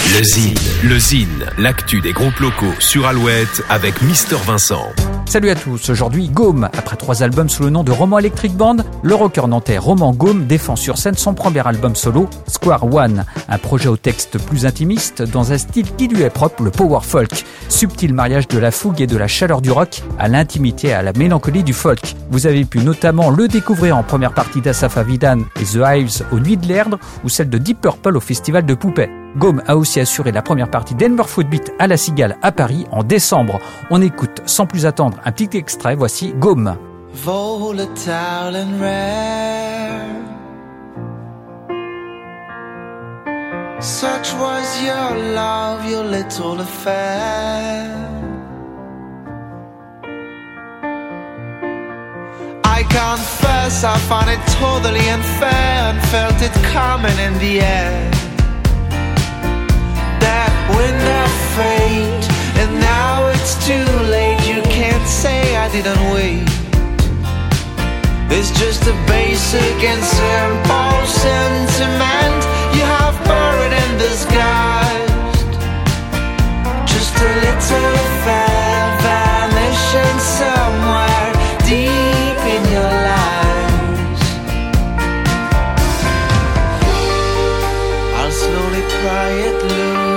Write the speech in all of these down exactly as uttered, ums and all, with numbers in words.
Le Zine, le Zine, l'actu des groupes locaux sur Alouette avec Mister Vincent. Salut à tous, aujourd'hui Gaume. Après trois albums sous le nom de Roman Electric Band, le rocker nantais Roman Gaume défend sur scène son premier album solo, Square One, un projet au texte plus intimiste dans un style qui lui est propre, le power folk. Subtil mariage de la fougue et de la chaleur du rock à l'intimité et à la mélancolie du folk. Vous avez pu notamment le découvrir en première partie d'Asaf Avidan et The Hives aux Nuits de l'Erdre ou celle de Deep Purple au Festival de Poupée. Gaume a aussi assuré la première partie d'Enver Footbeat à la Cigale à Paris en décembre. On écoute sans plus attendre un petit extrait, voici Gaume. Volatile and rare, such was your love, your little affair. I confess I found it totally unfair and felt it coming in the air. That wind of fate, and now it's too late. You can't say I didn't wait. It's just a basic and simple sentiment you have buried and disguised. Just a little affair vanishing somewhere deep in your lives. I'll slowly pry it loose.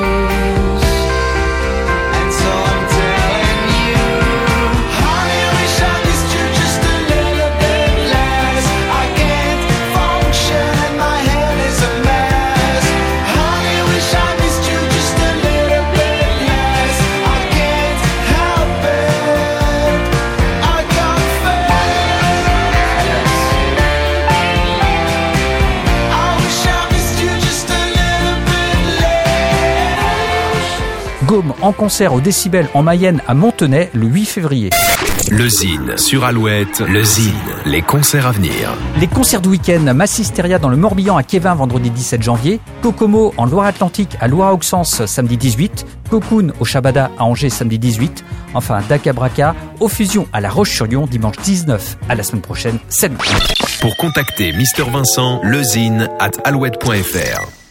Gaume en concert au Décibel en Mayenne à Montenay le huit février. Le Zine sur Alouette, le Zine, les concerts à venir. Les concerts du week-end, Massisteria dans le Morbihan à Kévin vendredi dix-sept janvier, Kokomo en Loire-Atlantique à Loire-Auxence samedi dix-huit, Cocoon au Shabada à Angers samedi dix-huit, enfin Dakabraka au Fusion à La Roche-sur-Yon dimanche dix-neuf. À la semaine prochaine, salut. Pour contacter Mister Vincent, lezine arobase alouette point fr.